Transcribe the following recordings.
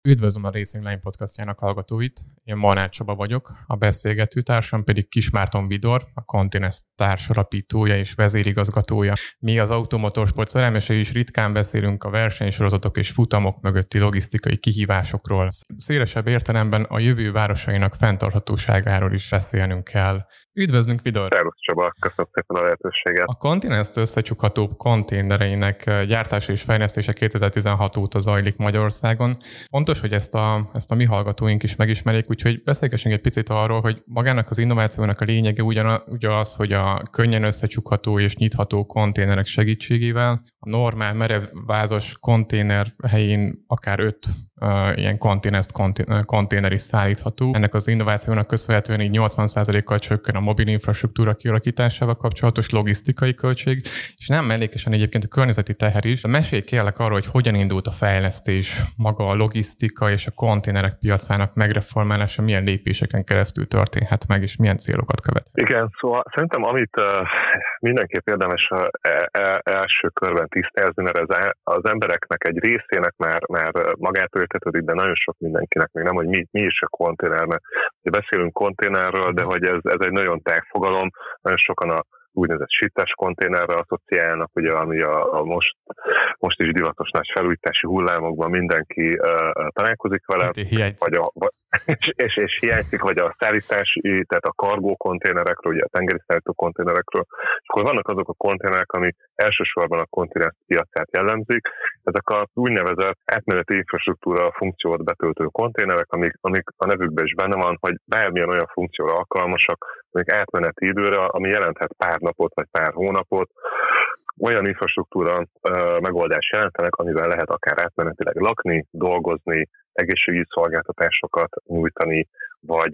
Üdvözlöm a Racing Line podcastjának hallgatóit. Én Molnár Csaba vagyok, a beszélgető társam pedig Kis Márton Vidor, a Continenz társalapítója és vezérigazgatója. Mi az automotorsport szerelmesei is ritkán beszélünk a versenysorozatok és futamok mögötti logisztikai kihívásokról. Szélesebb értelemben a jövő városainak fenntarthatóságáról is beszélnünk kell. Üdvözlünk, Vidor! Szervusz Csaba, köszönöm szépen a lehetőséget. A Continenz összecsukható konténereinek gyártása és fejlesztése 2016 óta zajlik Magyarországon. Fontos, hogy ezt a mi hallgatóink is megismerjék, úgyhogy beszélgessünk egy picit arról, hogy magának az innovációnak a lényege ugyanaz, hogy a könnyen összecsukható és nyitható konténerek segítségével a normál merevvázas konténer helyén akár 5 ilyen konténer is szállítható. Ennek az innovációnak köszönhetően így 80%-kal csökken a mobil infrastruktúra kialakításával kapcsolatos logisztikai költség, és nem mellékesen egyébként a környezeti teher is. Mesélj kérlek arról, hogy hogyan indult a fejlesztés, maga a logisztika és a konténerek piacának megreformálása milyen lépéseken keresztül történhet meg, és milyen célokat követ. Igen, szóval szerintem amit mindenképp érdemes első körben tisztázni, mert ez az embereknek egy részének már magától értetődik, de nagyon sok mindenkinek még nem, hogy mi is a konténer, mert beszélünk konténerről, de hogy ez egy nagyon tág fogalom, nagyon sokan a úgynevezett shittes konténerre asszociálnak, ugye, ami a most is divatos nagy felújítási hullámokban mindenki találkozik vele, és hiányzik, vagy a szállítási, tehát a cargo konténerekről, ugye a tengeri szállító konténerekről, és akkor vannak azok a konténerek, ami elsősorban a konténer piacát jellemzik. Ezek az úgynevezett átmeneti infrastruktúra funkciót betöltő konténerek, amik a nevükben is benne van, hogy bármilyen olyan funkcióra alkalmasak, amik átmeneti időre, ami jelenthet pár napot vagy pár hónapot, olyan infrastruktúra megoldás jelentenek, amivel lehet akár átmenetileg lakni, dolgozni, egészségügyi szolgáltatásokat nyújtani, vagy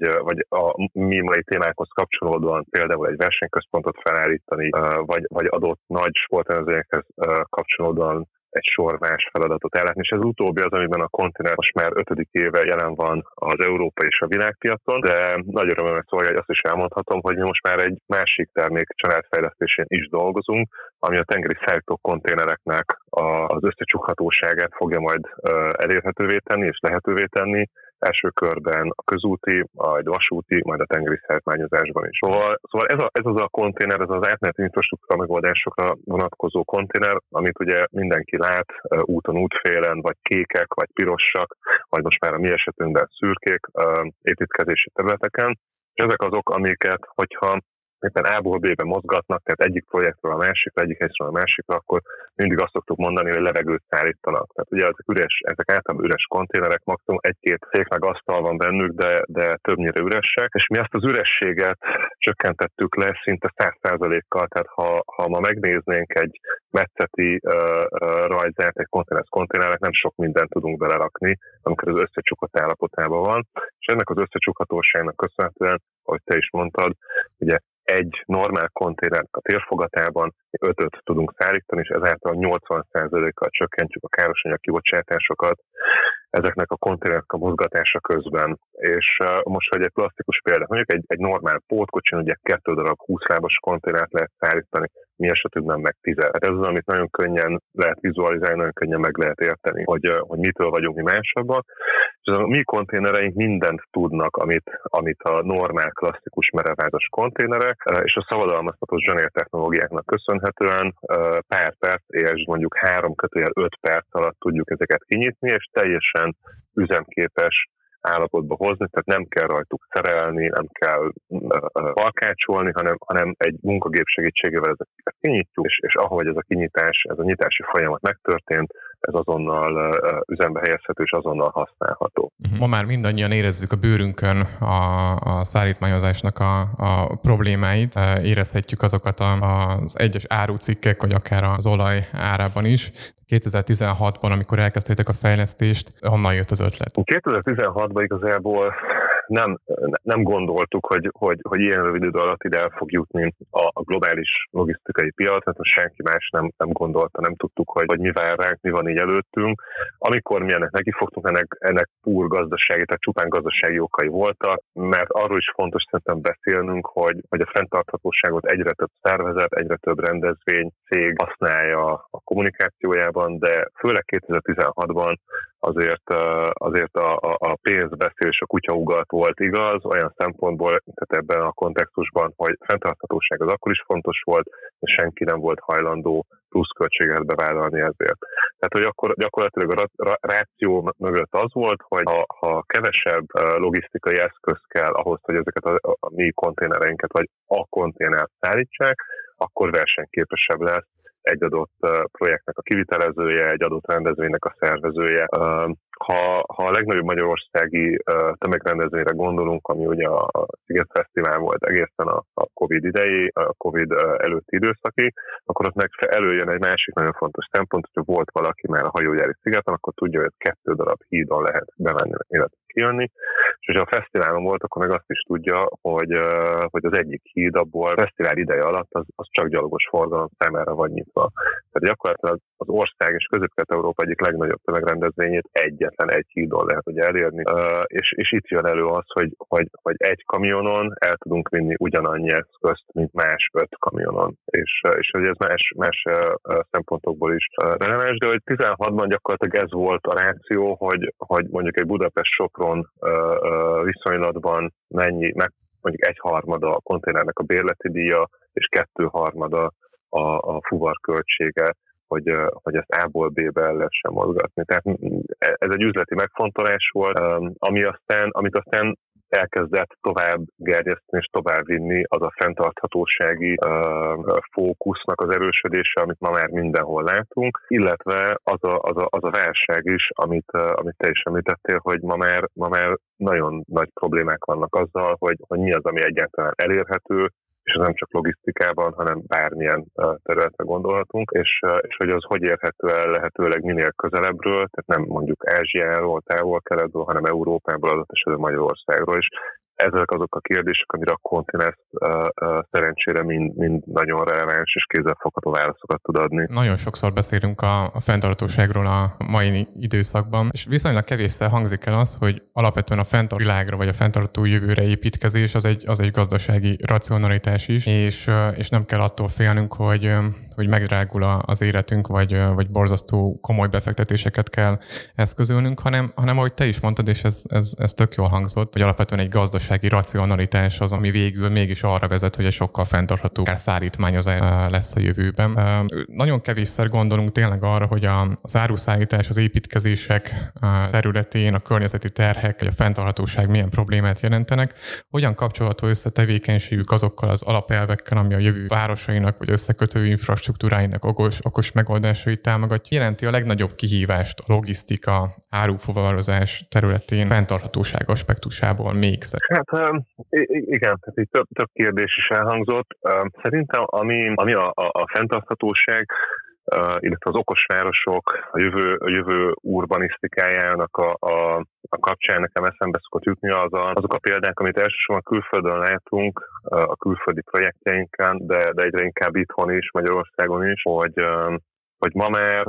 a mi mai témákhoz kapcsolódóan például egy versenyközpontot felállítani, vagy adott nagy sportrendezvényekhez kapcsolódóan egy sor más feladatot ellátni, és ez utóbbi az, amiben a konténer most már 5. éve jelen van az európai és a világpiacon, de nagy örömmel szolgálja, hogy azt is elmondhatom, hogy mi most már egy másik termék családfejlesztésén is dolgozunk, ami a tengeri szállító konténereknek az összecsukhatóságát fogja majd elérhetővé tenni és lehetővé tenni, első körben a közúti, majd vasúti, majd a tengeri szállítmányozásban is. Szóval ez az a konténer, ez az átmeneti infrastruktúra megoldásokra vonatkozó konténer, amit ugye mindenki lát úton, útfélen, vagy kékek, vagy pirosak, vagy most már a mi esetünkben szürkék építkezési területeken. És ezek azok, amiket, hogyha éppen A-ból B-be mozgatnak, tehát egyik projektről a másikra, egyik helyről a másikra, akkor mindig azt szoktuk mondani, hogy levegőt szállítanak. Tehát ugye ezek általában üres konténerek, maximum egy-két szék meg asztal van bennük, de többnyire üresek, és mi ezt az ürességet csökkentettük le szinte 100%-kal, tehát ha ma megnéznénk egy metszeti rajzát egy konténernek, nem sok mindent tudunk belerakni, amikor az összecsukott állapotában van, és ennek az összecsukhatóságnak köszönhetően, ahogy te is mondtad, ugye egy normál konténernek a térfogatában 5-öt tudunk szállítani, és ezáltal 80%-kal csökkentjük a károsanyag kibocsátásokat ezeknek a konténerek a mozgatása közben. És most, hogy egy klasszikus példa, mondjuk egy normál pótkocsin, ugye 2 darab 20 lábas konténert lehet szállítani, mi esetünkben meg 10. Hát ez az, amit nagyon könnyen lehet vizualizálni, nagyon könnyen meg lehet érteni, hogy mitől vagyunk mi másabbak. És a mi konténereink mindent tudnak, amit a normál, klasszikus merevvázas konténerek, és a szabadalmaztatott zsenér technológiáknak köszönhetően pár perc, és mondjuk 3-5 perc alatt tudjuk ezeket kinyitni, és teljesen üzemképes állapotba hozni, tehát nem kell rajtuk szerelni, nem kell balkácsolni, hanem egy munkagép segítségével ezeket kinyitjuk, és ahogy ez a nyitási folyamat megtörtént, ez azonnal üzembe helyezhető és azonnal használható. Ma már mindannyian érezzük a bőrünkön a szállítmányozásnak a problémáit, érezhetjük azokat az egyes árucikkek, vagy akár az olaj árában is. 2016-ban, amikor elkezdtétek a fejlesztést, honnan jött az ötlet? 2016-ban igazából nem gondoltuk, hogy ilyen rövid idő alatt ide el fog jutni a globális logisztikai piac, mert senki más nem gondolta, nem tudtuk, hogy mi vár ránk, mi van így előttünk. Amikor mi ennek nekifogtunk, ennek púr gazdasági, tehát csupán gazdasági okai voltak, mert arról is fontos szerintem beszélnünk, hogy a fenntarthatóságot egyre több szervezet, egyre több rendezvény, cég használja a kommunikációjában, de főleg 2016-ban azért a pénz beszél és a kutyaugat volt igaz, olyan szempontból, tehát ebben a kontextusban, hogy fenntarthatóság az akkor is fontos volt, és senki nem volt hajlandó pluszköltséget bevállalni ezért. Tehát, hogy akkor gyakorlatilag a ráció mögött az volt, hogy ha kevesebb logisztikai eszköz kell ahhoz, hogy ezeket a mi konténereinket, vagy a konténert szállítsák, akkor versenyképesebb lesz egy adott projektnek a kivitelezője, egy adott rendezvénynek a szervezője. Ha a legnagyobb magyarországi tömegrendezvényre gondolunk, ami ugye a Sziget Fesztivál volt egészen a Covid idejé, a Covid előtti időszaki, akkor ott meg előjön egy másik nagyon fontos szempont, hogyha volt valaki már a hajógyári szigeten, akkor tudja, hogy 2 darab hídon lehet bemenni, illetve kijönni. És hogyha a fesztiválon volt, akkor meg azt is tudja, hogy az egyik híd abból a fesztivál ideje alatt az csak gyalogos forgalom számára van nyitva. Tehát gyakorlatilag az ország és Közép-Kelet-Európa egyik legnagyobb tömegrendezvényét egyetlen egy hídon lehet ugye elérni, és itt jön elő az, hogy egy kamionon el tudunk vinni ugyanannyi eszközt, mint más 5 kamionon. És hogy ez más szempontokból is releváns, de hogy 16-ban gyakorlatilag ez volt a ráció, hogy mondjuk egy Budapest-Sopron viszonylatban mennyi, mondjuk 1/3 a konténernek a bérleti díja, és 2/3 a fuvar költsége, hogy ezt A-ból B-be el lehessen mozgatni. Tehát ez egy üzleti megfontolás volt, amit aztán elkezdett tovább gerjeszteni és tovább vinni az a fenntarthatósági fókusznak az erősödése, amit ma már mindenhol látunk, illetve az a válság is, amit te is említettél, hogy ma már nagyon nagy problémák vannak azzal, hogy mi az, ami egyáltalán elérhető, és ez nem csak logisztikában, hanem bármilyen területre gondolhatunk, és hogy az hogy érhető el lehetőleg minél közelebbről, tehát nem mondjuk Ázsiáról, távol-keletről, hanem Európából, adott esetben Magyarországról is. Ezek azok a kérdések, amire a kontinens szerencsére mind nagyon releváns és kézzelfogható válaszokat tud adni. Nagyon sokszor beszélünk a fenntarthatóságról a mai időszakban, és viszonylag kevésszer hangzik el az, hogy alapvetően a fenntartható világra vagy a fenntartható jövőre építkezés az egy gazdasági racionalitás is, és nem kell attól félnünk, hogy megdrágul az életünk, vagy borzasztó komoly befektetéseket kell eszközölnünk, hanem ahogy te is mondtad, és ez tök jól hangzott, hogy alapvetően egy gazdasági racionalitás az, ami végül mégis arra vezet, hogy egy sokkal fenntarthatóbb szállítmányozás lesz a jövőben. Nagyon kevésszer gondolunk tényleg arra, hogy az áruszállítás, az építkezések területén a környezeti terhek, vagy a fenntarthatóság milyen problémát jelentenek, hogyan kapcsolható össze tevékenységük azokkal az alapelvekkel, ami a jövő városainak, vagy összekötő infrastruktúráinak okos megoldásait támogatja. Jelenti a legnagyobb kihívást a logisztika, árufuvarozás területén fenntarthatóság aspektusából még szerint. Hát igen, tehát itt több kérdés is elhangzott. Szerintem ami a fenntarthatóság, illetve az okos városok, a jövő urbanisztikájának a kapcsán nekem eszembe szokott jutni azok a példák, amit elsősorban külföldön látunk, a külföldi projektjeinken, de egyre inkább itthon is, Magyarországon is, hogy ma már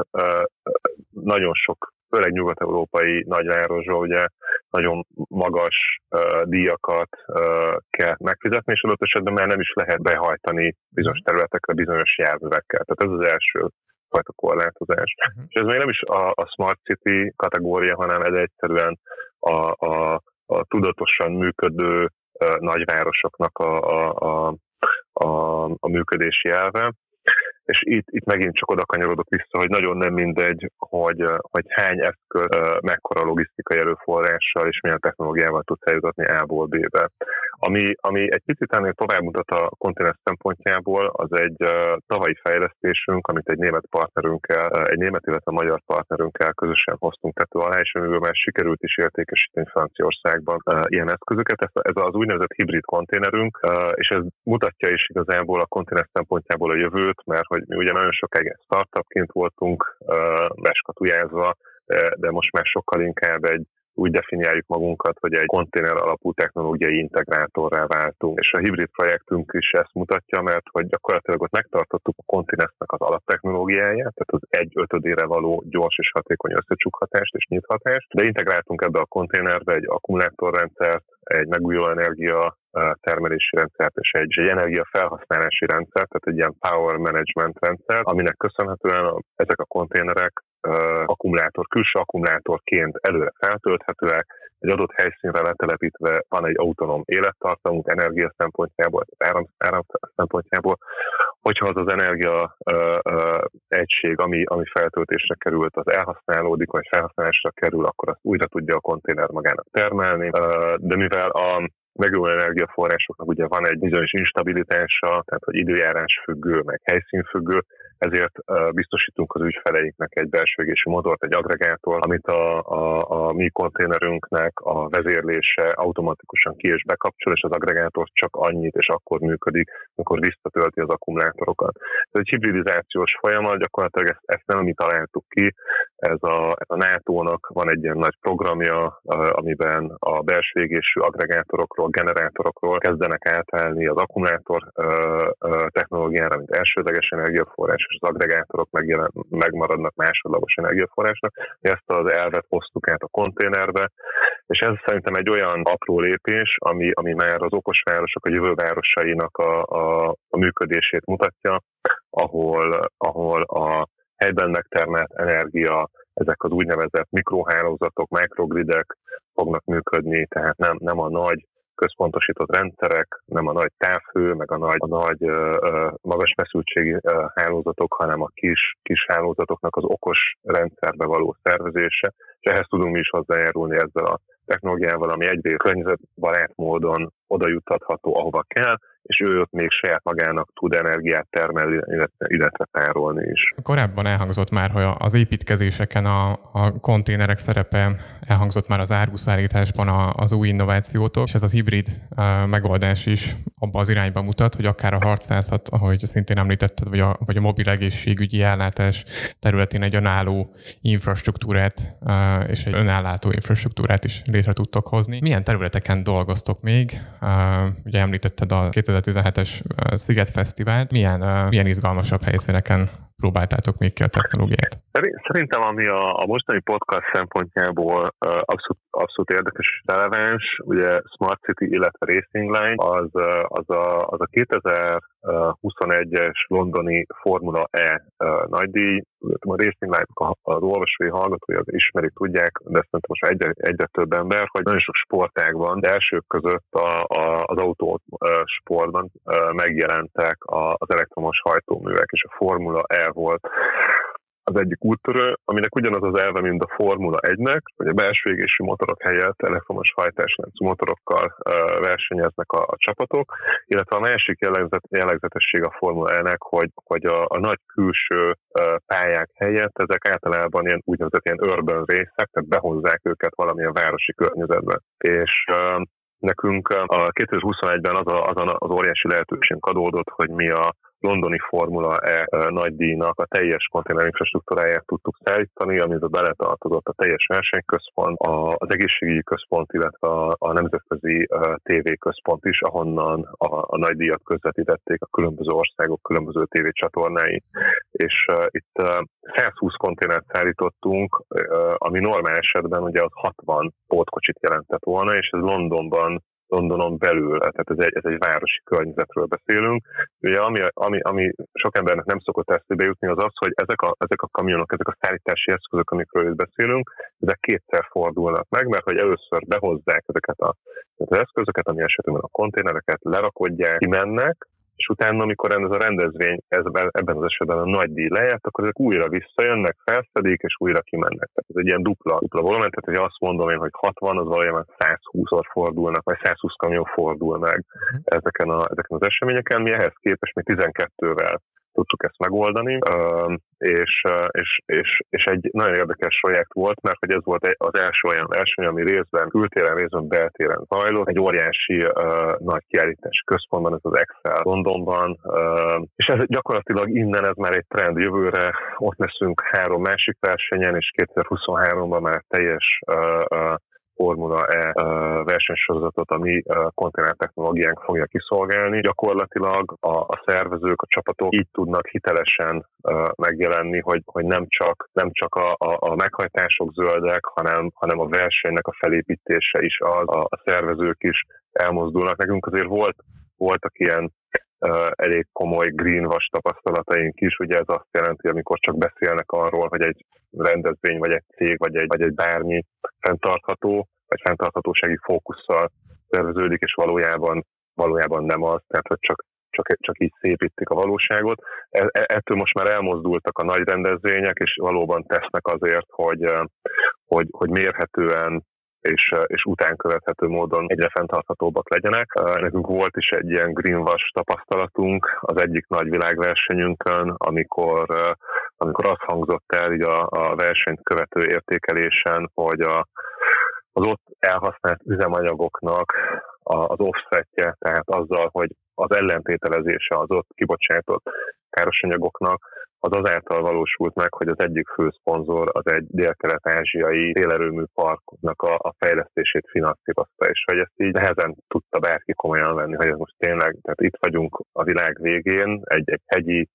nagyon sok, főleg nyugat-európai nagyvárosban ugye nagyon magas díjakat kell megfizetni, és adott esetben már nem is lehet behajtani bizonyos területekre, bizonyos járművekkel. Tehát ez az első fajta korlátozás. És ez még nem is a Smart City kategória, hanem ez egyszerűen a tudatosan működő nagyvárosoknak a működési elve. És itt megint csak oda kanyarodok vissza, hogy nagyon nem mindegy, hogy hány eszköz, mekkora logisztikai erőforrással és milyen technológiával tudsz eljutatni A-ból B-be. Ami egy picit ennél tovább mutat a kontinens szempontjából, az egy tavalyi fejlesztésünk, amit egy német, illetve magyar partnerünkkel közösen hoztunk tető alá, és amiből már sikerült is értékesíteni Franciaországban ilyen eszközöket. Ez az úgynevezett hibrid konténerünk, és ez mutatja is igazából a kontinens szempontjából a jövőt, mert hogy mi ugye nagyon sokáig startupként voltunk beskatujázva, de most már sokkal inkább úgy definiáljuk magunkat, hogy egy konténer alapú technológiai integrátorrá váltunk. És a hibrid projektünk is ezt mutatja, mert hogy gyakorlatilag ott megtartottuk a kontinensnek az alaptechnológiáját, tehát az 1/5-ére való gyors és hatékony összecsukhatást és nyithatást, de integráltunk ebbe a konténerbe egy akkumulátorrendszert, egy megújuló energia termelési rendszert és egy energiafelhasználási rendszert, tehát egy ilyen power management rendszer, aminek köszönhetően ezek a konténerek akkumulátor, külső akkumulátorként előre feltölthetőek, egy adott helyszínre letelepítve van egy autonóm élettartamunk energia szempontjából, áram szempontjából, hogyha az energia egység, ami feltöltésre került, az elhasználódik, vagy felhasználásra kerül, akkor azt újra tudja a konténer magának termelni. De mivel a megújuló energiaforrásoknak ugye van egy bizonyos instabilitása, tehát hogy időjárás függő, meg helyszín függő, ezért biztosítunk az ügyfeleinknek egy belső égésű motort, egy agregátort, amit a mi konténerünknek a vezérlése automatikusan ki- és bekapcsol, és az agregátor csak annyit és akkor működik, amikor visszatölti az akkumulátorokat. Ez egy hibridizációs folyamat, gyakorlatilag ezt nem mi találtuk ki, ez a NATO-nak van egy ilyen nagy programja, amiben a belső égésű agregátorokról, generátorokról kezdenek átállni az akkumulátor technológiára, mint elsődleges energiaforrás, és az agregátorok megmaradnak másodlagos energiaforrásnak. Ezt az elvet hoztuk át a konténerbe, és ez szerintem egy olyan apró lépés, ami már az okosvárosok, a jövő városainak a működését mutatja, ahol a helyben megtermelt energia, ezek az úgynevezett mikrohálózatok, microgridek fognak működni, tehát nem a nagy központosított rendszerek, nem a nagy távhő, meg a nagy magas feszültségi hálózatok, hanem a kis hálózatoknak az okos rendszerbe való szervezése, és ehhez tudunk mi is hozzájárulni ezzel a technológiával, ami egyrészt környezetbarát módon oda juttatható, ahova kell, és ő ott még saját magának tud energiát termelni, illetve tárolni is. Korábban elhangzott már, hogy az építkezéseken a konténerek szerepe, elhangzott már az áruszállításban az új innovációtok, és ez az hibrid megoldás is abba az irányba mutat, hogy akár a harcászat, ahogy szintén említetted, vagy a mobil egészségügyi ellátás területén egy önálló infrastruktúrát és egy önállátó infrastruktúrát is létre tudtok hozni. Milyen területeken dolgoztok még? Ugye említetted a 2017-es Sziget Fesztivált. Milyen izgalmasabb helyszíneken próbáltátok még ki a technológiát? Szerintem, ami a mostani podcast szempontjából abszolút érdekes és releváns, ugye Smart City, illetve Racing Line, az a 2021-es londoni Formula E nagydíj. A Racing Line az olvasói hallgatói az ismerik, tudják, de szerintem most egyre több ember, hogy nagyon sok sportág van, de elsők között az autósportban megjelentek az elektromos hajtóművek, és a Formula E volt az egyik úttörő, aminek ugyanaz az elve, mint a Formula 1-nek, hogy a belső égésű motorok helyett elektromos hajtásláncú motorokkal versenyeznek a csapatok, illetve a másik jellegzetesség a Formula 1-nek, hogy a nagy külső pályák helyett ezek általában ilyen úgynevezett urban részek, tehát behozzák őket valamilyen városi környezetbe. És nekünk a 2021-ben az óriási lehetőségünk adódott, hogy mi a londoni Formula E nagydíjnak a teljes konténer infrastruktúráját tudtuk szállítani, amiben beletartozott a teljes versenyközpont, az egészségügyi központ, illetve a nemzetközi tévéközpont is, ahonnan a nagydíjat közvetítették a különböző országok különböző tévécsatornái. És itt 120 konténert szállítottunk, ami normál esetben ugye az 60 pótkocsit jelentett volna, és ez Londonon belül, tehát ez egy városi környezetről beszélünk. Ugye ami sok embernek nem szokott eszébe jutni, az az, hogy ezek a kamionok, ezek a szállítási eszközök, amikről itt beszélünk, ezek kétszer fordulnak meg, mert hogy először behozzák ezeket az eszközöket, ami esetben a konténereket lerakodják, kimennek, és utána, amikor ez a rendezvény ebben az esetben a nagy díj lejárt, akkor ezek újra visszajönnek, felszedik, és újra kimennek. Tehát ez egy ilyen dupla volumen, tehát hogy azt mondom én, hogy 60, az valójában 120-szor fordulnak, vagy 120 kamion fordul meg ezeken az eseményeken. Mi ehhez képest még 12-vel tudtuk ezt megoldani, és egy nagyon érdekes projekt volt, mert hogy ez volt az első olyan verseny, ami részben kültéren, részben beltéren zajlott. Egy óriási nagy kiállítási központban, ez az Excel Londonban, és ez gyakorlatilag innen ez már egy trend jövőre. Ott leszünk 3 másik versenyen, és 2023-ban már teljes Formula E versenysorozatot a mi konténer technológiánk fogja kiszolgálni. Gyakorlatilag a szervezők, a csapatok így tudnak hitelesen megjelenni, hogy nem csak a meghajtások zöldek, hanem a versenynek a felépítése is a szervezők is elmozdulnak. Nekünk azért voltak ilyen elég komoly greenwash tapasztalataink is. Ugye ez azt jelenti, amikor csak beszélnek arról, hogy egy rendezvény, vagy egy cég, vagy egy bármi fenntartható, vagy fenntarthatósági fókusszal szerveződik, és valójában nem az, tehát hogy csak így szépítik a valóságot. Ettől most már elmozdultak a nagy rendezvények, és valóban tesznek azért, hogy mérhetően és utánkövethető módon egyre fenntarthatóbbak legyenek. Nekünk volt is egy ilyen greenwash tapasztalatunk az egyik nagy világversenyünkön, amikor azt hangzott el így a versenyt követő értékelésen, hogy az ott elhasznált üzemanyagoknak az offsetje, tehát azzal, hogy az ellentételezése az ott kibocsátott károsanyagoknak, az azáltal valósult meg, hogy az egyik fő szponzor az egy dél-kelet-ázsiai szélerőmű parknak a fejlesztését finanszírozta, és hogy ezt így nehezen tudta bárki komolyan venni, hogy ez most tényleg, tehát itt vagyunk a világ végén, egy hegyi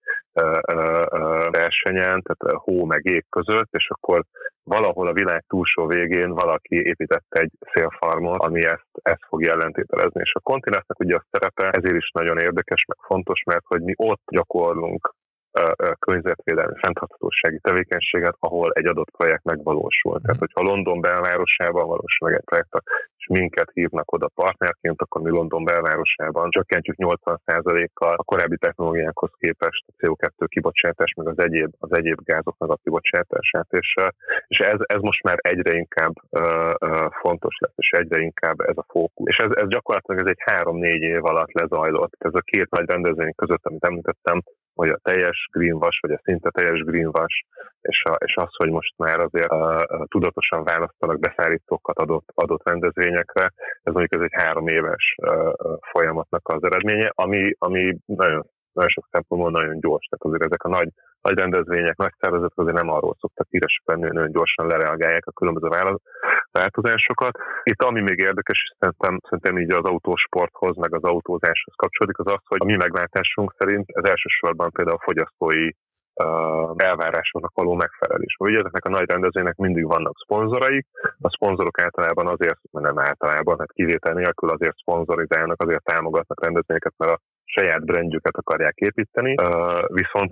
versenyen, tehát hó meg ég között, és akkor valahol a világ túlsó végén valaki épített egy szélfarmot, ami ezt fogja ellentételezni. És a Continentnek ugye a szerepe ezért is nagyon érdekes, meg fontos, mert hogy mi ott gyakorlunk környezetvédelmi fenntarthatósági tevékenységet, ahol egy adott projekt megvalósul. Tehát, hogyha London belvárosában valósul meg egy projekt, és minket hívnak oda partnerként, akkor mi London belvárosában csökkentjük 80%-kal a korábbi technológiákhoz képest a CO2 kibocsátás, meg az egyéb gázoknak a kibocsátását. És ez most már egyre inkább fontos lesz, és egyre inkább ez a fókusz. És ez gyakorlatilag ez egy 3-4 év alatt lezajlott. Ez a két nagy rendezvény között, amit említettem, hogy a teljes greenwash, vagy a szinte teljes greenwash, és az, hogy most már azért tudatosan választanak beszállítókat adott rendezvényekre, ez mondjuk egy 3 éves folyamatnak az eredménye, ami nagyon sok szempontból nagyon gyors. Tehát azért ezek a nagy rendezvények, nagy szervezetek azért nem arról szoktak híresek lenni, hogy nagyon gyorsan lereagálják a különböző változásokat. Itt ami még érdekes, és szerintem így az autósporthoz, meg az autózáshoz kapcsolódik, az az, hogy a mi meglátásunk szerint ez elsősorban például a fogyasztói elvárásoknak való megfelelés. Ugye ezeknek a nagy rendezvénynek mindig vannak szponzoraik, a szponzorok általában azért, nem általában, hát kivétel nélkül azért szponzorizálnak, azért támogatnak rendezvényeket, mert a saját brandjüket akarják építeni, viszont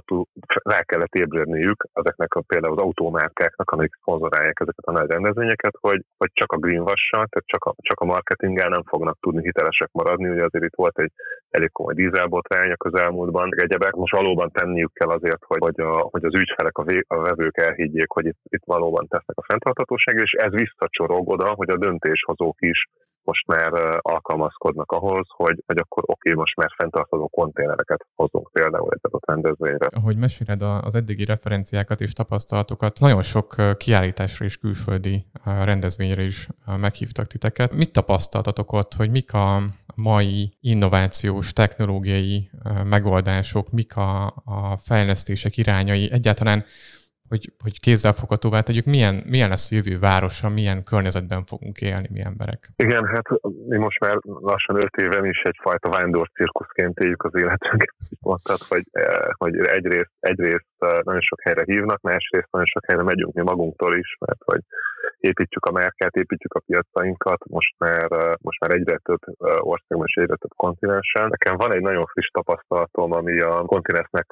rá kellett ébredniük ezeknek például az autómárkáknak, amik szponzorálják ezeket a nagy rendezvényeket, hogy csak a greenwash-sal, tehát csak a marketinggel nem fognak tudni hitelesek maradni. Ugye azért itt volt egy elég komoly dízelbotrány a közelmúltban, egyebek. Most valóban tenniük kell azért, hogy az ügyfelek, a vevők elhiggyék, hogy itt valóban tesznek a fenntarthatóságra, és ez visszacsorog oda, hogy a döntéshozók is most már alkalmazkodnak ahhoz, hogy akkor most már fenntartható konténereket hozunk például egy adott rendezvényre. Ahogy meséled az eddigi referenciákat és tapasztalatokat, nagyon sok kiállításra és külföldi rendezvényre is meghívtak titeket. Mit tapasztaltatok ott, hogy mik a mai innovációs, technológiai megoldások, mik a fejlesztések irányai, egyáltalán hogy kézzelfoghatóvá tegyük, milyen lesz a jövő városa, milyen környezetben fogunk élni mi emberek. Igen, hát mi most már lassan 5 éven is egyfajta vándorcirkuszként éljük az életünket. Mondtad, hogy egyrészt nagyon sok helyre hívnak, másrészt nagyon sok helyre megyünk mi magunktól is, mert hogy építjük a márkát, építjük a piacainkat, most már egyre több országban és egyre több kontinensen. Nekem van egy nagyon friss tapasztalatom, ami a kontinensnek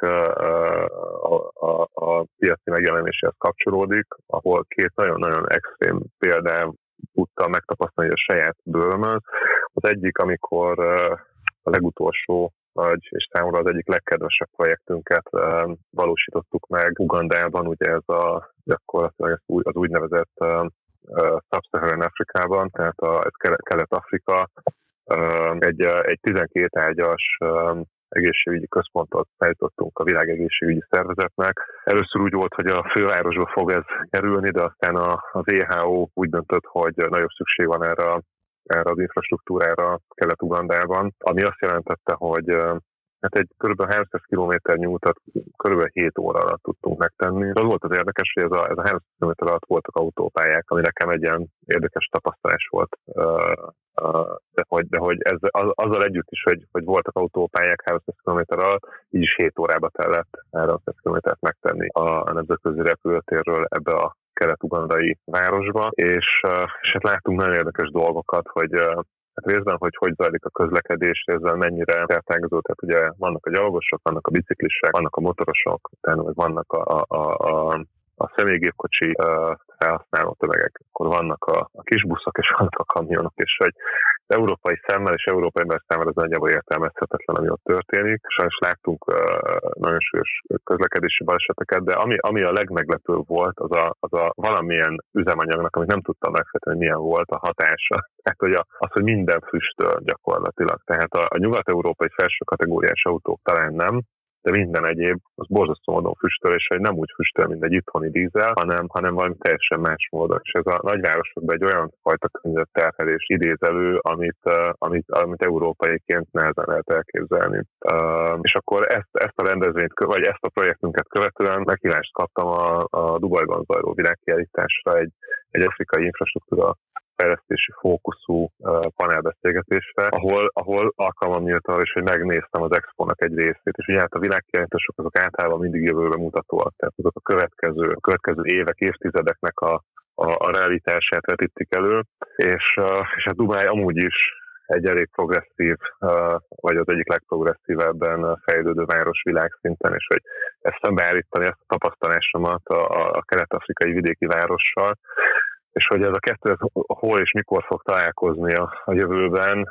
a piaci megjelenéséhez kapcsolódik, ahol két nagyon-nagyon extrém példát tudtam megtapasztalni a saját bőrömön. Az egyik, amikor a legutolsó nagy, és számomra az egyik legkedvesebb projektünket valósítottuk meg Ugandában, ugye ez gyakorlatilag az úgynevezett Sub-Saharan Afrikában, tehát ez Kelet-Afrika, egy 12 ágyas egészségügyi központot szállítottunk a világegészségügyi szervezetnek. Először úgy volt, hogy a fővárosba fog ez kerülni, de aztán az WHO úgy döntött, hogy nagyobb szükség van erre az infrastruktúrára Kelet-Ugandában, ami azt jelentette, hogy egy kb. 300 kilométernyi utat kb. 7 óra alatt tudtunk megtenni. Az volt az érdekes, hogy ez a 300 kilométer alatt voltak autópályák, ami nekem egy ilyen érdekes tapasztalás volt. De hogy ez azzal együtt is, hogy voltak autópályák 300 km alatt, így is 7 órába kellett 300 km-t megtenni a nemzetközi repülőtérről ebbe a kelet-ugandai városba, és hát láttunk nagyon érdekes dolgokat, hogy Hát részben, hogy zajlik a közlekedés, részben mennyire szertágazó, tehát ugye vannak a gyalogosok, vannak a biciklisek, vannak a motorosok, utána vannak a személygépkocsi felhasználó tömegek, akkor vannak a kisbuszok, és vannak a kamionok, és hogy európai szemmel és európai ember számára az nagyjából értelmezhetetlen, ami ott történik. Sajnos láttunk nagyon súlyos közlekedési baleseteket, de ami a legmeglepőbb volt, az a valamilyen üzemanyagnak, amit nem tudtam megfejteni, milyen volt a hatása. Tehát, hogy hogy minden füstöl gyakorlatilag. Tehát a nyugat-európai felső kategóriás autók talán nem, de minden egyéb, az borzasztó módon füstöl, és hogy nem úgy füstöl, mint egy itthoni dízel, hanem valami teljesen más módon. És ez a nagyvárosokban egy olyan fajta környezetterhelés idéz elő, amit európaiként nehezen lehet elképzelni. És akkor ezt a rendezvényt, vagy ezt a projektünket követően meghívást kaptam a Dubajban zajló világkiállításra egy afrikai infrastruktúra fejlesztési fókuszú panelbeszélgetésre, ahol alkalmam nyílt arra is, hogy megnéztem az expónak egy részét, és ugye hát a világkiállítások azok általában mindig jövőre mutatóak, tehát azok a következő évek, évtizedeknek a realitását vetítik elő, és a Dubaj amúgy is egy elég progresszív, vagy az egyik legprogresszívebben fejlődő város világszinten, és hogy ezt szembeállítani, ezt a tapasztalásomat a kelet-afrikai vidéki várossal, és hogy ez a kettő hol és mikor fog találkozni a jövőben,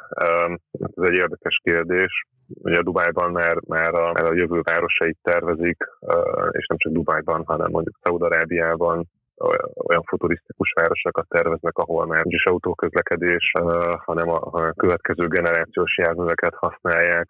ez egy érdekes kérdés. Ugye Dubajban már a jövő városait tervezik, és nem csak Dubajban, hanem mondjuk Szaúd-Arábiában olyan futurisztikus városokat terveznek, ahol már nincs autóközlekedés, hanem a következő generációs járműveket használják,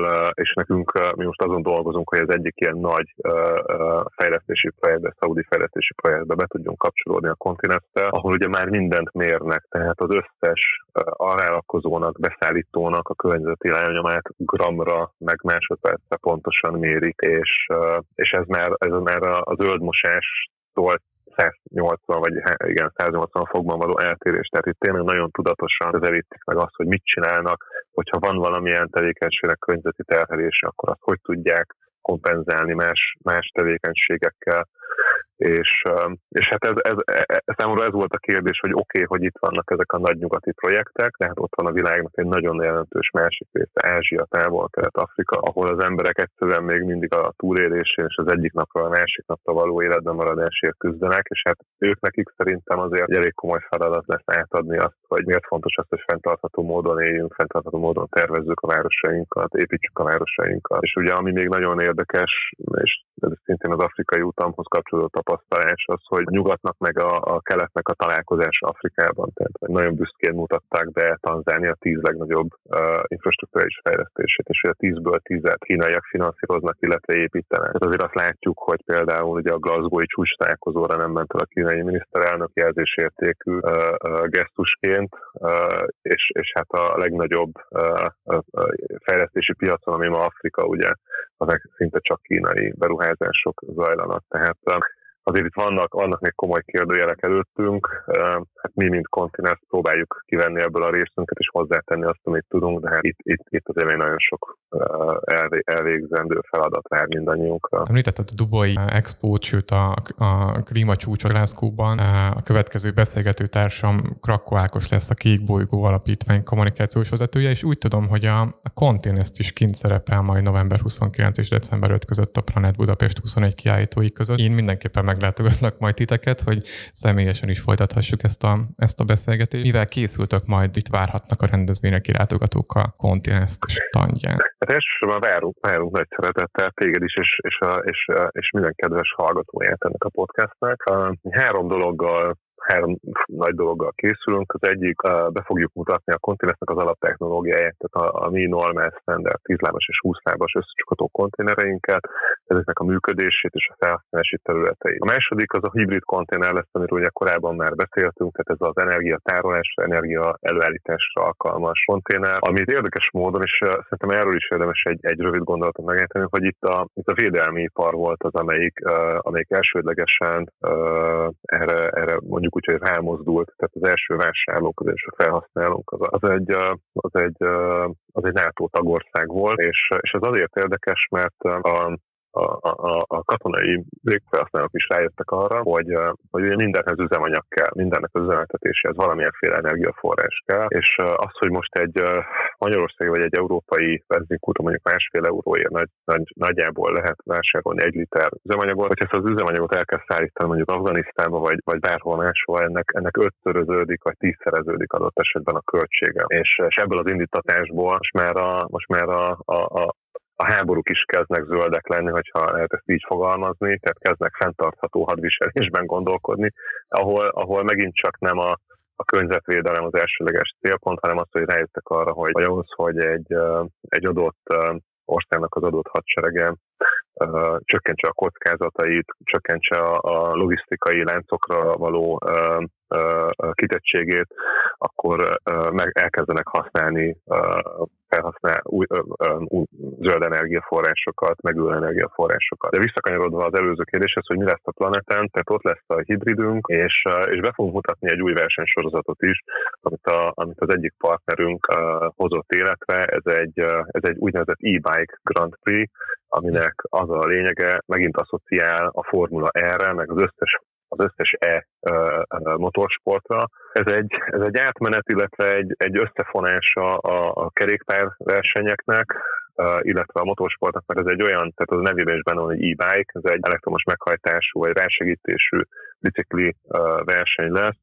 és nekünk mi most azon dolgozunk, hogy az egyik ilyen nagy fejlesztési projektbe, szaudi fejlesztési projektbe be tudjunk kapcsolódni a kontinenttel, ahol ugye már mindent mérnek, tehát az összes alvállalkozónak, beszállítónak a környezeti elnyomát gramra, meg másodpercre pontosan mérik, és ez már a zöldmosástól 180 vagy 180 fokban való eltérés. Tehát itt tényleg nagyon tudatosan közelítik meg azt, hogy mit csinálnak, hogyha van valamilyen tevékenységnek környezeti terhelése, akkor azt hogy tudják kompenzálni más tevékenységekkel. És hát számomra ez volt a kérdés, hogy oké, hogy itt vannak ezek a nagy nyugati projektek, de hát ott van a világnak egy nagyon jelentős másik része, Ázsia, Távol-Kelet-Afrika, ahol az emberek egyszerűen még mindig a túlélésén és az egyik napra a másik napra való életben maradásért küzdenek, és hát ők nekik szerintem azért egy elég komoly feladat lesz átadni azt, hogy miért fontos az, hogy fenntartható módon éljünk, fenntartható módon tervezzük a városainkat, építsük a városainkat. És ugye ami még nagyon érdekes, és ez szintén az afrikai utamhoz kapcsolódó tapasztalás az, hogy a nyugatnak meg a keletnek a találkozása Afrikában. Tehát nagyon büszkén mutatták be Tanzánia 10 legnagyobb infrastruktúrális fejlesztését, és a 10-ből 10-et kínaiak finanszíroznak, illetve építenek. Tehát azért azt látjuk, hogy például ugye a Glasgow-i csúcs találkozóra nem ment el a kínai miniszterelnök jelzésértékű gesztusként, és hát a legnagyobb fejlesztési piacon, ami ma Afrika, ugye, azok szinte csak kínai beruházások zajlanak. Tehát azért itt vannak még komoly kérdőjelek előttünk, hát mi, mint kontinens próbáljuk kivenni ebből a részünket és hozzátenni azt, amit tudunk, de hát itt azért még nagyon sok elvégzendő feladat vár mindannyiunkra. Említetted a Dubai Expo-t, sőt a klímacsúcs a Glasgow-ban. A következő beszélgető társam Krakó Ákos lesz, a Kék Bolygó Alapítvány kommunikációs vezetője, és úgy tudom, hogy a Continest is kint szerepel majd november 29 és december 5 között a Planet Budapest 21 kiállítói között. Én mindenképpen meglátogatnak majd titeket, hogy személyesen is folytathassuk ezt a beszélgetést. Mivel készültök majd, itt várhatnak a rendezvényre kilátogatók a Continest standján? Hát elsősorban várunk nagy szeretettel téged is, és minden kedves hallgatóját ennek a podcastnak. Három nagy dologgal készülünk. Az egyik, be fogjuk mutatni a konténernek az alaptechnológiáját, tehát a mi normál standard 10 lábas és 20 lábas összecsukható konténereinket, ezeknek a működését és a felhasználási területeit. A második az a hibrid konténer lesz, amiről ugye korábban már beszéltünk, tehát ez az energiatárolásra, energia előállításra alkalmas konténer, amit érdekes módon, és szerintem erről is érdemes egy rövid gondolatot megejteni, hogy itt a védelmi ipar volt az, amelyik elsődlegesen erre mondjuk úgy, hogy rámozdult, tehát az első vásárlók, az első felhasználók, az egy NATO tagország volt, és ez azért érdekes, mert a katonai végfelhasználók is rájöttek arra, hogy ugye mindenhez üzemanyag kell, mindennek az üzemeltetéséhez valamilyenféle energiaforrás kell, és az, hogy most egy magyarországi vagy egy európai benzinkúton mondjuk 1,5 euróért nagyjából lehet vásárolni 1 liter üzemanyagot, hogy ezt az üzemanyagot el kell szállítani mondjuk Afganisztánba vagy bárhol máshol, ennek 5-szöröződik vagy 10-szereződik adott esetben a költsége. És ebből az indítatásból most már a háborúk is kezdnek zöldek lenni, hogyha lehet ezt így fogalmazni, tehát kezdnek fenntartható hadviselésben gondolkodni, ahol megint csak nem a környezetvédelem az elsőleges célpont, hanem az, hogy rájöttek arra, hogy ahhoz, hogy egy adott országnak az adott hadserege csökkentse a kockázatait, csökkentse a logisztikai láncokra való kitettségét, akkor elkezdenek felhasználni zöld energiaforrásokat, megújuló energiaforrásokat. De visszakanyarodva az előző kérdéshez, hogy mi lesz a planeten, tehát ott lesz a hibridünk, és be fogunk mutatni egy új versenysorozatot is, amit az egyik partnerünk hozott életre. Ez egy úgynevezett e-bike Grand Prix, aminek az a lényege, megint asszociál a Formula E-re, meg az összes motorsportra. Ez egy átmenet, illetve egy összefonása a kerékpárversenyeknek, illetve a motorsportnak, mert ez egy olyan, tehát az nevében is benne van, hogy e-bike, ez egy elektromos meghajtású vagy rásegítésű bicikli verseny lesz,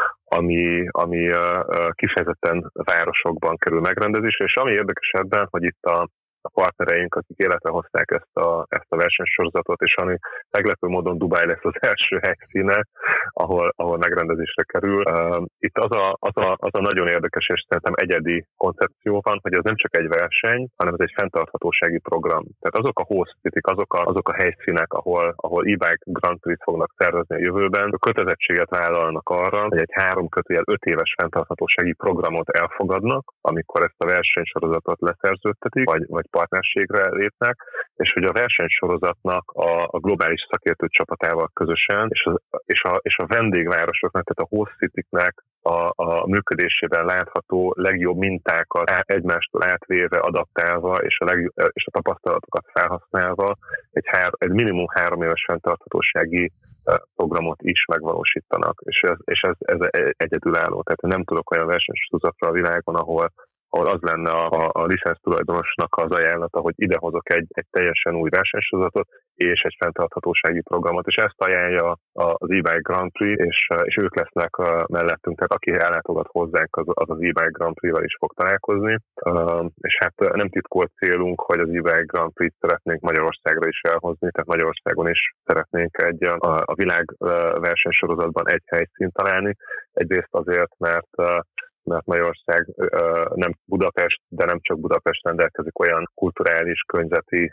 ami kifejezetten városokban kerül megrendezésre, és ami érdekes ebben, hogy itt a partnereink, akik életre hozták ezt a versenysorozatot, és ami meglepő módon Dubáj lesz az első helyszíne, ahol megrendezésre kerül. Itt az a nagyon érdekes és szerintem egyedi koncepció van, hogy ez nem csak egy verseny, hanem ez egy fenntarthatósági program. Tehát azok a host cityk, azok a helyszínek, ahol e-bike Grand Prix fognak szervezni a jövőben, kötelezettséget vállalnak arra, hogy egy 3-5 éves fenntarthatósági programot elfogadnak, amikor ezt a versenysorozatot leszerződtetik, vagy partnerségre lépnek, és hogy a versenysorozatnak a globális szakértő csapatával közösen, és a vendégvárosoknak, tehát a host cityknek a működésében látható legjobb mintákat egymástól átvéve, adaptálva, és a tapasztalatokat felhasználva egy minimum 3 éves fenntarthatósági programot is megvalósítanak, és ez egyedülálló. Tehát nem tudok olyan versenysorozatra a világon, ahol az lenne a licenc tulajdonosnak az ajánlata, hogy idehozok egy teljesen új versenysorozatot és egy fenntarthatósági programot, és ezt ajánlja az e-bike Grand Prix, és ők lesznek mellettünk, tehát aki ellátogat hozzánk, az e-bike Grand Prix-val is fog találkozni, és hát nem titkolt célunk, hogy az e-bike Grand Prix-t szeretnénk Magyarországra is elhozni, tehát Magyarországon is szeretnénk a világ versenysorozatban egy helyszínt találni, egyrészt azért, mert Magyarország nem Budapest, de nem csak Budapest rendelkezik olyan kulturális, környezeti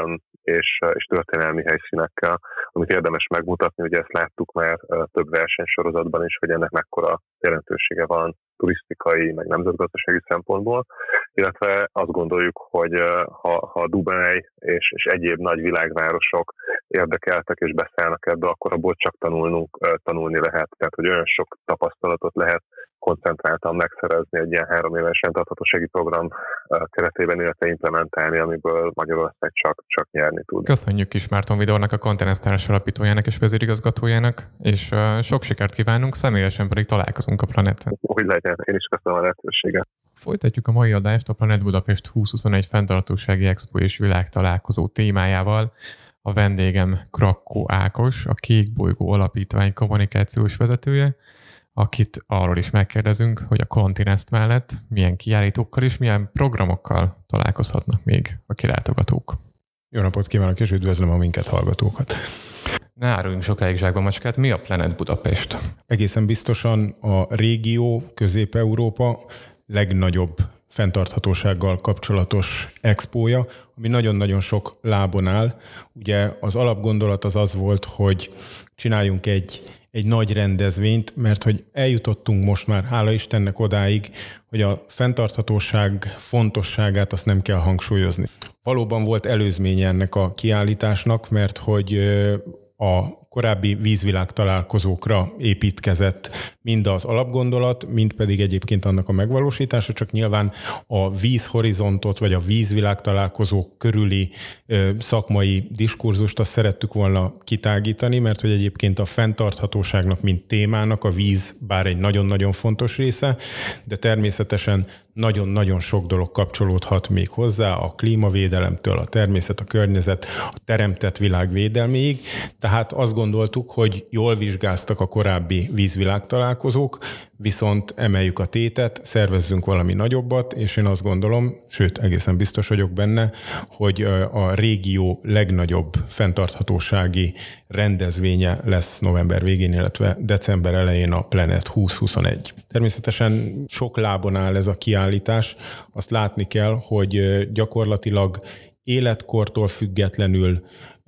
és történelmi helyszínekkel, amit érdemes megmutatni, ugye ezt láttuk már több versenysorozatban is, hogy ennek mekkora jelentősége van turisztikai, meg nemzetgazdasági szempontból, illetve azt gondoljuk, hogy ha Dubáj és egyéb nagy világvárosok érdekeltek és beszállnak ebbe, akkor abból csak tanulni lehet. Tehát, hogy olyan sok tapasztalatot lehet koncentráltan megszerezni egy ilyen 3 éves fenntarthatósági program keretében, illetve implementálni, amiből Magyarország csak nyerni tud. Köszönjük is Márton Vidornak, a Continenz társ alapítójának és vezérigazgatójának, és sok sikert kívánunk, személyesen pedig találkozunk a Planeten. Úgy legyen, én is köszönöm a lehetőséget. Folytatjuk a mai adást a Planet Budapest 2021 fenntarthatósági expo és világtalálkozó témájával. A vendégem Krakkó Ákos, a Kék Bolygó Alapítvány kommunikációs vezetője, akit arról is megkérdezünk, hogy a Continenz mellett milyen kiállítókkal és milyen programokkal találkozhatnak még a kilátogatók. Jó napot kívánok, és üdvözlöm a minket hallgatókat! Ne áruljunk sokáig zsákba macskát, mi a Planet Budapest? Egészen biztosan a régió, Közép-Európa legnagyobb fenntarthatósággal kapcsolatos expója, ami nagyon-nagyon sok lábon áll. Ugye az alapgondolat az volt, hogy csináljunk egy nagy rendezvényt, mert hogy eljutottunk most már, hála Istennek odáig, hogy a fenntarthatóság fontosságát azt nem kell hangsúlyozni. Valóban volt előzménye ennek a kiállításnak, mert hogy a korábbi vízvilág találkozókra építkezett mind az alapgondolat, mind pedig egyébként annak a megvalósítása, csak nyilván a vízhorizontot, vagy a vízvilág találkozók körüli szakmai diskurzust azt szerettük volna kitágítani, mert hogy egyébként a fenntarthatóságnak, mint témának a víz bár egy nagyon-nagyon fontos része, de természetesen nagyon-nagyon sok dolog kapcsolódhat még hozzá, a klímavédelemtől, a természet, a környezet, a teremtett világ védelméig. Tehát azt gondoltuk, hogy jól vizsgáztak a korábbi vízvilágtalálkozók, viszont emeljük a tétet, szervezzünk valami nagyobbat, és én azt gondolom, sőt, egészen biztos vagyok benne, hogy a régió legnagyobb fenntarthatósági rendezvénye lesz november végén, illetve december elején a Planet 2021. Természetesen sok lábon áll ez a kiállítás. Azt látni kell, hogy gyakorlatilag életkortól függetlenül,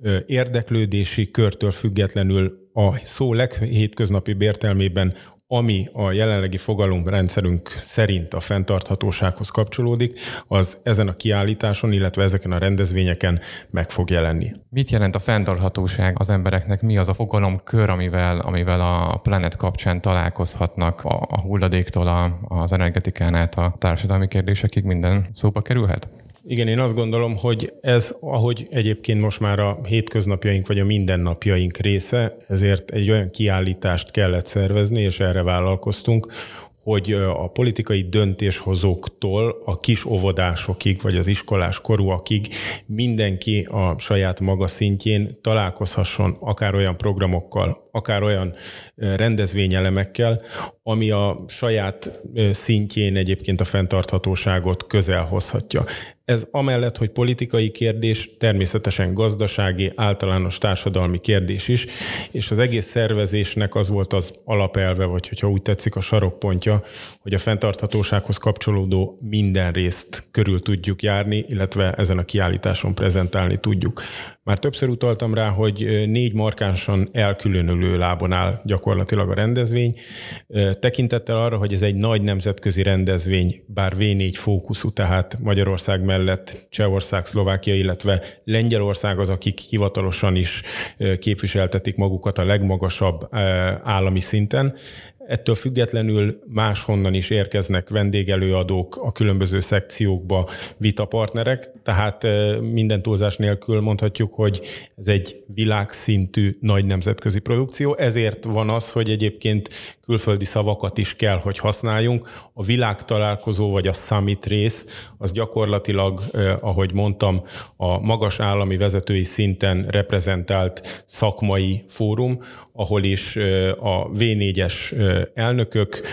érdeklődési körtől függetlenül a szó leghétköznapibb értelmében, ami a jelenlegi fogalomrendszerünk szerint a fenntarthatósághoz kapcsolódik, az ezen a kiállításon, illetve ezeken a rendezvényeken meg fog jelenni. Mit jelent a fenntarthatóság az embereknek? Mi az a fogalomkör, amivel a Planet kapcsán találkozhatnak a hulladéktól, az energetikán át a társadalmi kérdésekig minden szóba kerülhet? Igen, én azt gondolom, hogy ez, ahogy egyébként most már a hétköznapjaink vagy a mindennapjaink része, ezért egy olyan kiállítást kellett szervezni, és erre vállalkoztunk, hogy a politikai döntéshozóktól a kis óvodásokig, vagy az iskolás korúakig mindenki a saját maga szintjén találkozhasson akár olyan programokkal, akár olyan rendezvényelemekkel, ami a saját szintjén egyébként a fenntarthatóságot közel hozhatja. Ez amellett, hogy politikai kérdés, természetesen gazdasági, általános társadalmi kérdés is, és az egész szervezésnek az volt az alapelve, vagy hogyha úgy tetszik a sarokpontja, hogy a fenntarthatósághoz kapcsolódó minden részt körül tudjuk járni, illetve ezen a kiállításon prezentálni tudjuk. Már többször utaltam rá, hogy 4 markánsan elkülönülő lábon áll gyakorlatilag a rendezvény. Tekintettel arra, hogy ez egy nagy nemzetközi rendezvény, bár V4 fókuszú, tehát Magyarország mellett Csehország, Szlovákia, illetve Lengyelország az, akik hivatalosan is képviseltetik magukat a legmagasabb állami szinten. Ettől függetlenül máshonnan is érkeznek vendégelőadók a különböző szekciókba, vitapartnerek, tehát minden túlzás nélkül mondhatjuk, hogy ez egy világszintű nagy nemzetközi produkció. Ezért van az, hogy egyébként külföldi szavakat is kell, hogy használjunk. A világtalálkozó vagy a summit rész, az gyakorlatilag, ahogy mondtam, a magas állami vezetői szinten reprezentált szakmai fórum, ahol is a V4-es elnökök,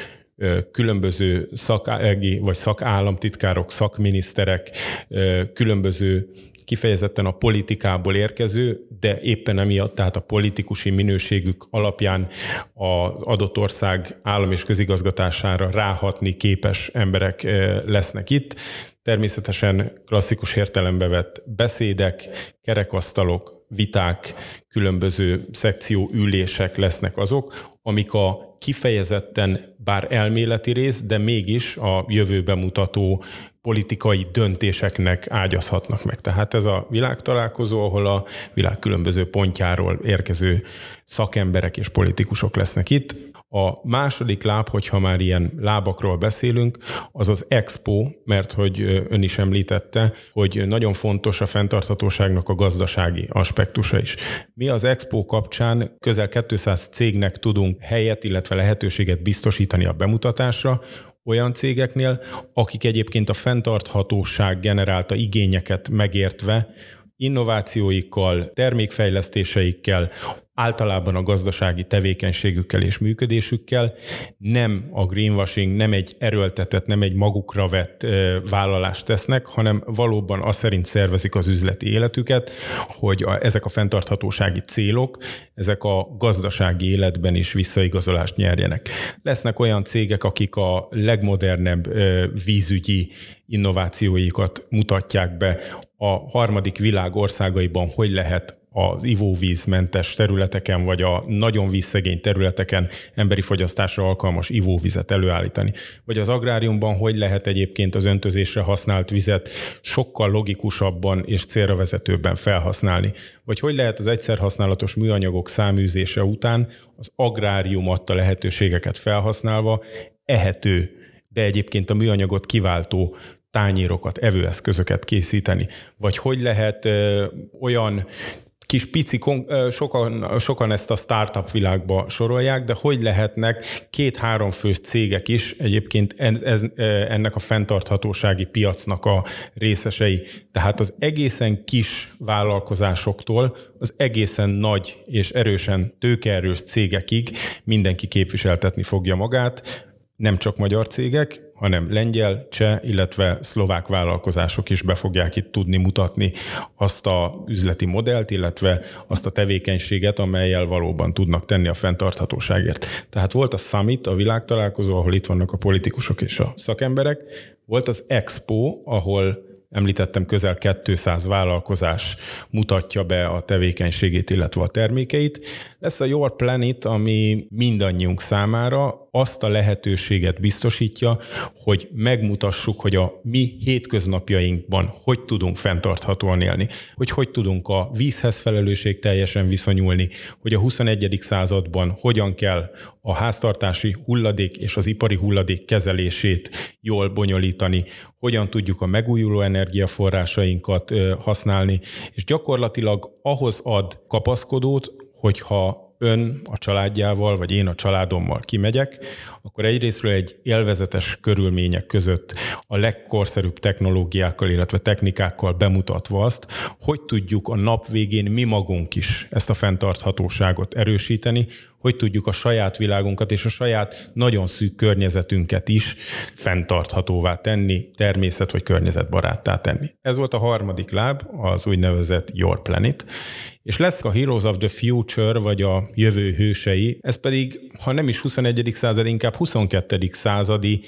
különböző szakági vagy szakállamtitkárok, szakminiszterek, különböző kifejezetten a politikából érkező, de éppen emiatt, tehát a politikusi minőségük alapján az adott ország állam és közigazgatására ráhatni képes emberek lesznek itt. Természetesen klasszikus értelembe vett beszédek, kerekasztalok, viták, különböző szekcióülések lesznek azok, amik a kifejezetten bár elméleti rész, de mégis a jövőbe mutató politikai döntéseknek ágyazhatnak meg. Tehát ez a világtalálkozó, ahol a világ különböző pontjáról érkező szakemberek és politikusok lesznek itt. A második láb, hogyha már ilyen lábakról beszélünk, az az Expo, mert hogy ön is említette, hogy nagyon fontos a fenntarthatóságnak a gazdasági aspektusa is. Mi az Expo kapcsán közel 200 cégnek tudunk helyet, illetve lehetőséget biztosítani a bemutatásra, olyan cégeknél, akik egyébként a fenntarthatóság generálta igényeket megértve, innovációikkal, termékfejlesztéseikkel, általában a gazdasági tevékenységükkel és működésükkel nem a greenwashing, nem egy erőltetett, nem egy magukra vett vállalást tesznek, hanem valóban azt szerint szervezik az üzleti életüket, hogy ezek a fenntarthatósági célok, ezek a gazdasági életben is visszaigazolást nyerjenek. Lesznek olyan cégek, akik a legmodernebb vízügyi innovációikat mutatják be, a harmadik világ országaiban hogy lehet az ivóvízmentes területeken, vagy a nagyon vízszegény területeken emberi fogyasztásra alkalmas ivóvizet előállítani. Vagy az agráriumban hogy lehet egyébként az öntözésre használt vizet sokkal logikusabban és célra vezetőbben felhasználni. Vagy hogy lehet az egyszerhasználatos műanyagok száműzése után az agrárium adta lehetőségeket felhasználva ehető, de egyébként a műanyagot kiváltó tányérokat, evőeszközöket készíteni. Vagy hogy lehet olyan kis pici, sokan ezt a startup világba sorolják, de hogy lehetnek 2-3 fős cégek is egyébként ennek a fenntarthatósági piacnak a részesei. Tehát az egészen kis vállalkozásoktól az egészen nagy és erősen tőkeerős cégekig mindenki képviseltetni fogja magát, nem csak magyar cégek, hanem lengyel, cseh, illetve szlovák vállalkozások is be fogják itt tudni mutatni azt az üzleti modellt, illetve azt a tevékenységet, amellyel valóban tudnak tenni a fenntarthatóságért. Tehát volt a Summit, a világtalálkozó, ahol itt vannak a politikusok és a szakemberek, volt az Expo, ahol említettem, közel 200 vállalkozás mutatja be a tevékenységét, illetve a termékeit. Lesz a Your Planet, ami mindannyiunk számára azt a lehetőséget biztosítja, hogy megmutassuk, hogy a mi hétköznapjainkban hogy tudunk fenntarthatóan élni, hogy tudunk a vízhez felelősségteljesen viszonyulni, hogy a 21. században hogyan kell a háztartási hulladék és az ipari hulladék kezelését jól bonyolítani, hogyan tudjuk a megújuló energiaforrásainkat használni, és gyakorlatilag ahhoz ad kapaszkodót, hogyha ön a családjával, vagy én a családommal kimegyek, akkor egyrészről egy élvezetes körülmények között a legkorszerűbb technológiákkal, illetve technikákkal bemutatva azt, hogy tudjuk a nap végén mi magunk is ezt a fenntarthatóságot erősíteni, hogy tudjuk a saját világunkat és a saját nagyon szűk környezetünket is fenntarthatóvá tenni, természet- vagy környezetbaráttá tenni. Ez volt a harmadik láb, az úgynevezett Your Planet, és lesz a Heroes of the Future, vagy a jövő hősei, ez pedig, ha nem is 21. század, inkább 22. századi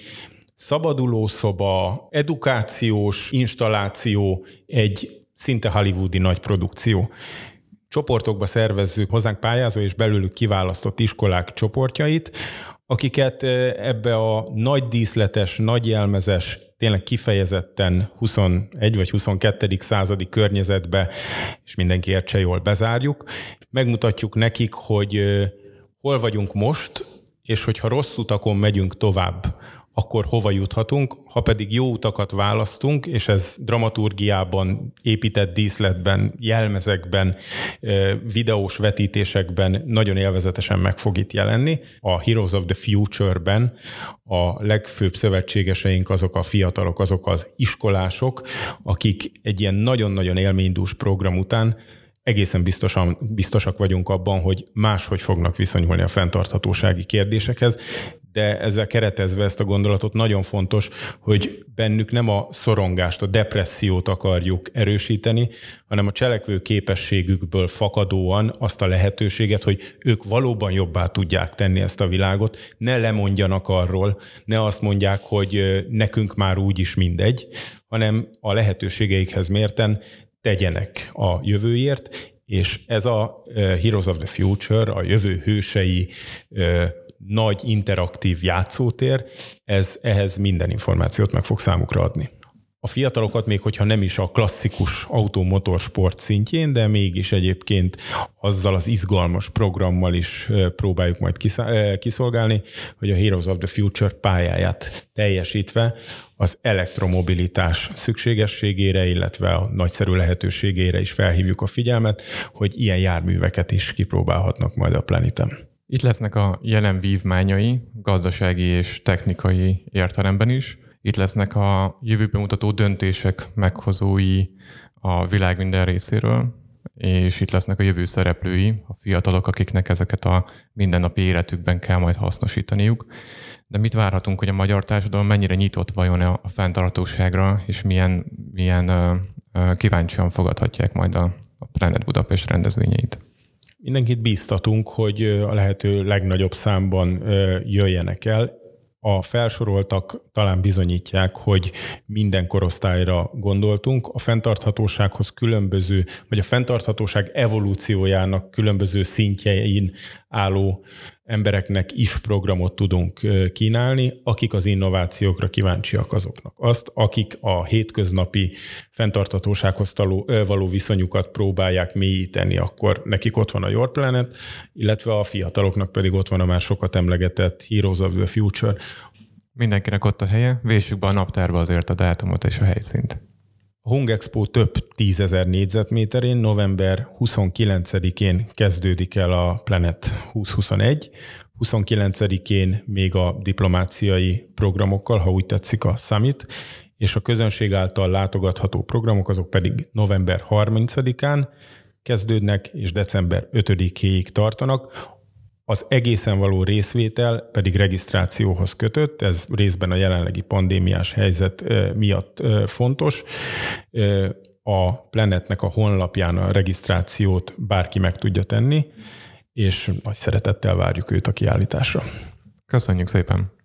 szabadulószoba, edukációs installáció, egy szinte hollywoodi nagy produkció. Csoportokba szervezzük hozzánk pályázó és belőlük kiválasztott iskolák csoportjait, akiket ebbe a nagy díszletes, nagy jelmezes, tényleg kifejezetten 21 vagy 22. századi környezetbe, és mindenki értse jól, bezárjuk. Megmutatjuk nekik, hogy hol vagyunk most, és hogyha rossz utakon megyünk tovább, akkor hova juthatunk, ha pedig jó utakat választunk, és ez dramaturgiában, épített díszletben, jelmezekben, videós vetítésekben nagyon élvezetesen meg fog itt jelenni. A Heroes of the Future-ben a legfőbb szövetségeseink azok a fiatalok, azok az iskolások, akik egy ilyen nagyon-nagyon élménydús program után egészen biztosak vagyunk abban, hogy máshogy fognak viszonyulni a fenntarthatósági kérdésekhez, de ezzel keretezve ezt a gondolatot nagyon fontos, hogy bennük nem a szorongást, a depressziót akarjuk erősíteni, hanem a cselekvő képességükből fakadóan azt a lehetőséget, hogy ők valóban jobbá tudják tenni ezt a világot, ne lemondjanak arról, ne azt mondják, hogy nekünk már úgyis mindegy, hanem a lehetőségeikhez mérten tegyenek a jövőért, és ez a Heroes of the Future, a jövő hősei nagy interaktív játszótér, ehhez minden információt meg fog számukra adni. A fiatalokat még, hogyha nem is a klasszikus automotorsport szintjén, de mégis egyébként azzal az izgalmas programmal is próbáljuk majd kiszolgálni, hogy a Heroes of the Future pályáját teljesítve az elektromobilitás szükségességére, illetve a nagyszerű lehetőségére is felhívjuk a figyelmet, hogy ilyen járműveket is kipróbálhatnak majd a Planeten. Itt lesznek a jelen vívmányai, gazdasági és technikai értelemben is. Itt lesznek a jövőben mutató döntések meghozói a világ minden részéről, és itt lesznek a jövő szereplői, a fiatalok, akiknek ezeket a mindennapi életükben kell majd hasznosítaniuk. De mit várhatunk, hogy a magyar társadalom mennyire nyitott vajon a fenntarthatóságra, és milyen kíváncsian fogadhatják majd a Planet Budapest rendezvényeit? Mindenkit bíztatunk, hogy a lehető legnagyobb számban jöjjenek el. A felsoroltak talán bizonyítják, hogy minden korosztályra gondoltunk. A fenntarthatósághoz különböző, vagy a fenntarthatóság evolúciójának különböző szintjein álló embereknek is programot tudunk kínálni, akik az innovációkra kíváncsiak azoknak. Azt, akik a hétköznapi fenntarthatósághoz való viszonyukat próbálják mélyíteni, akkor nekik ott van a Your Planet, illetve a fiataloknak pedig ott van a már sokat emlegetett Heroes of the Future. Mindenkinek ott a helye, véssük be a naptárba azért a dátumot és a helyszínt. A Hung Expo több 10 000 négyzetméterén november 29-én kezdődik el a Planet 2021, 29-én még a diplomáciai programokkal, ha úgy tetszik, a Summit, és a közönség által látogatható programok azok pedig november 30-án kezdődnek, és december 5-éig tartanak. Az egészen való részvétel pedig regisztrációhoz kötött, ez részben a jelenlegi pandémiás helyzet miatt fontos. A Planetnek a honlapján a regisztrációt bárki meg tudja tenni, és nagy szeretettel várjuk őt a kiállításra. Köszönjük szépen!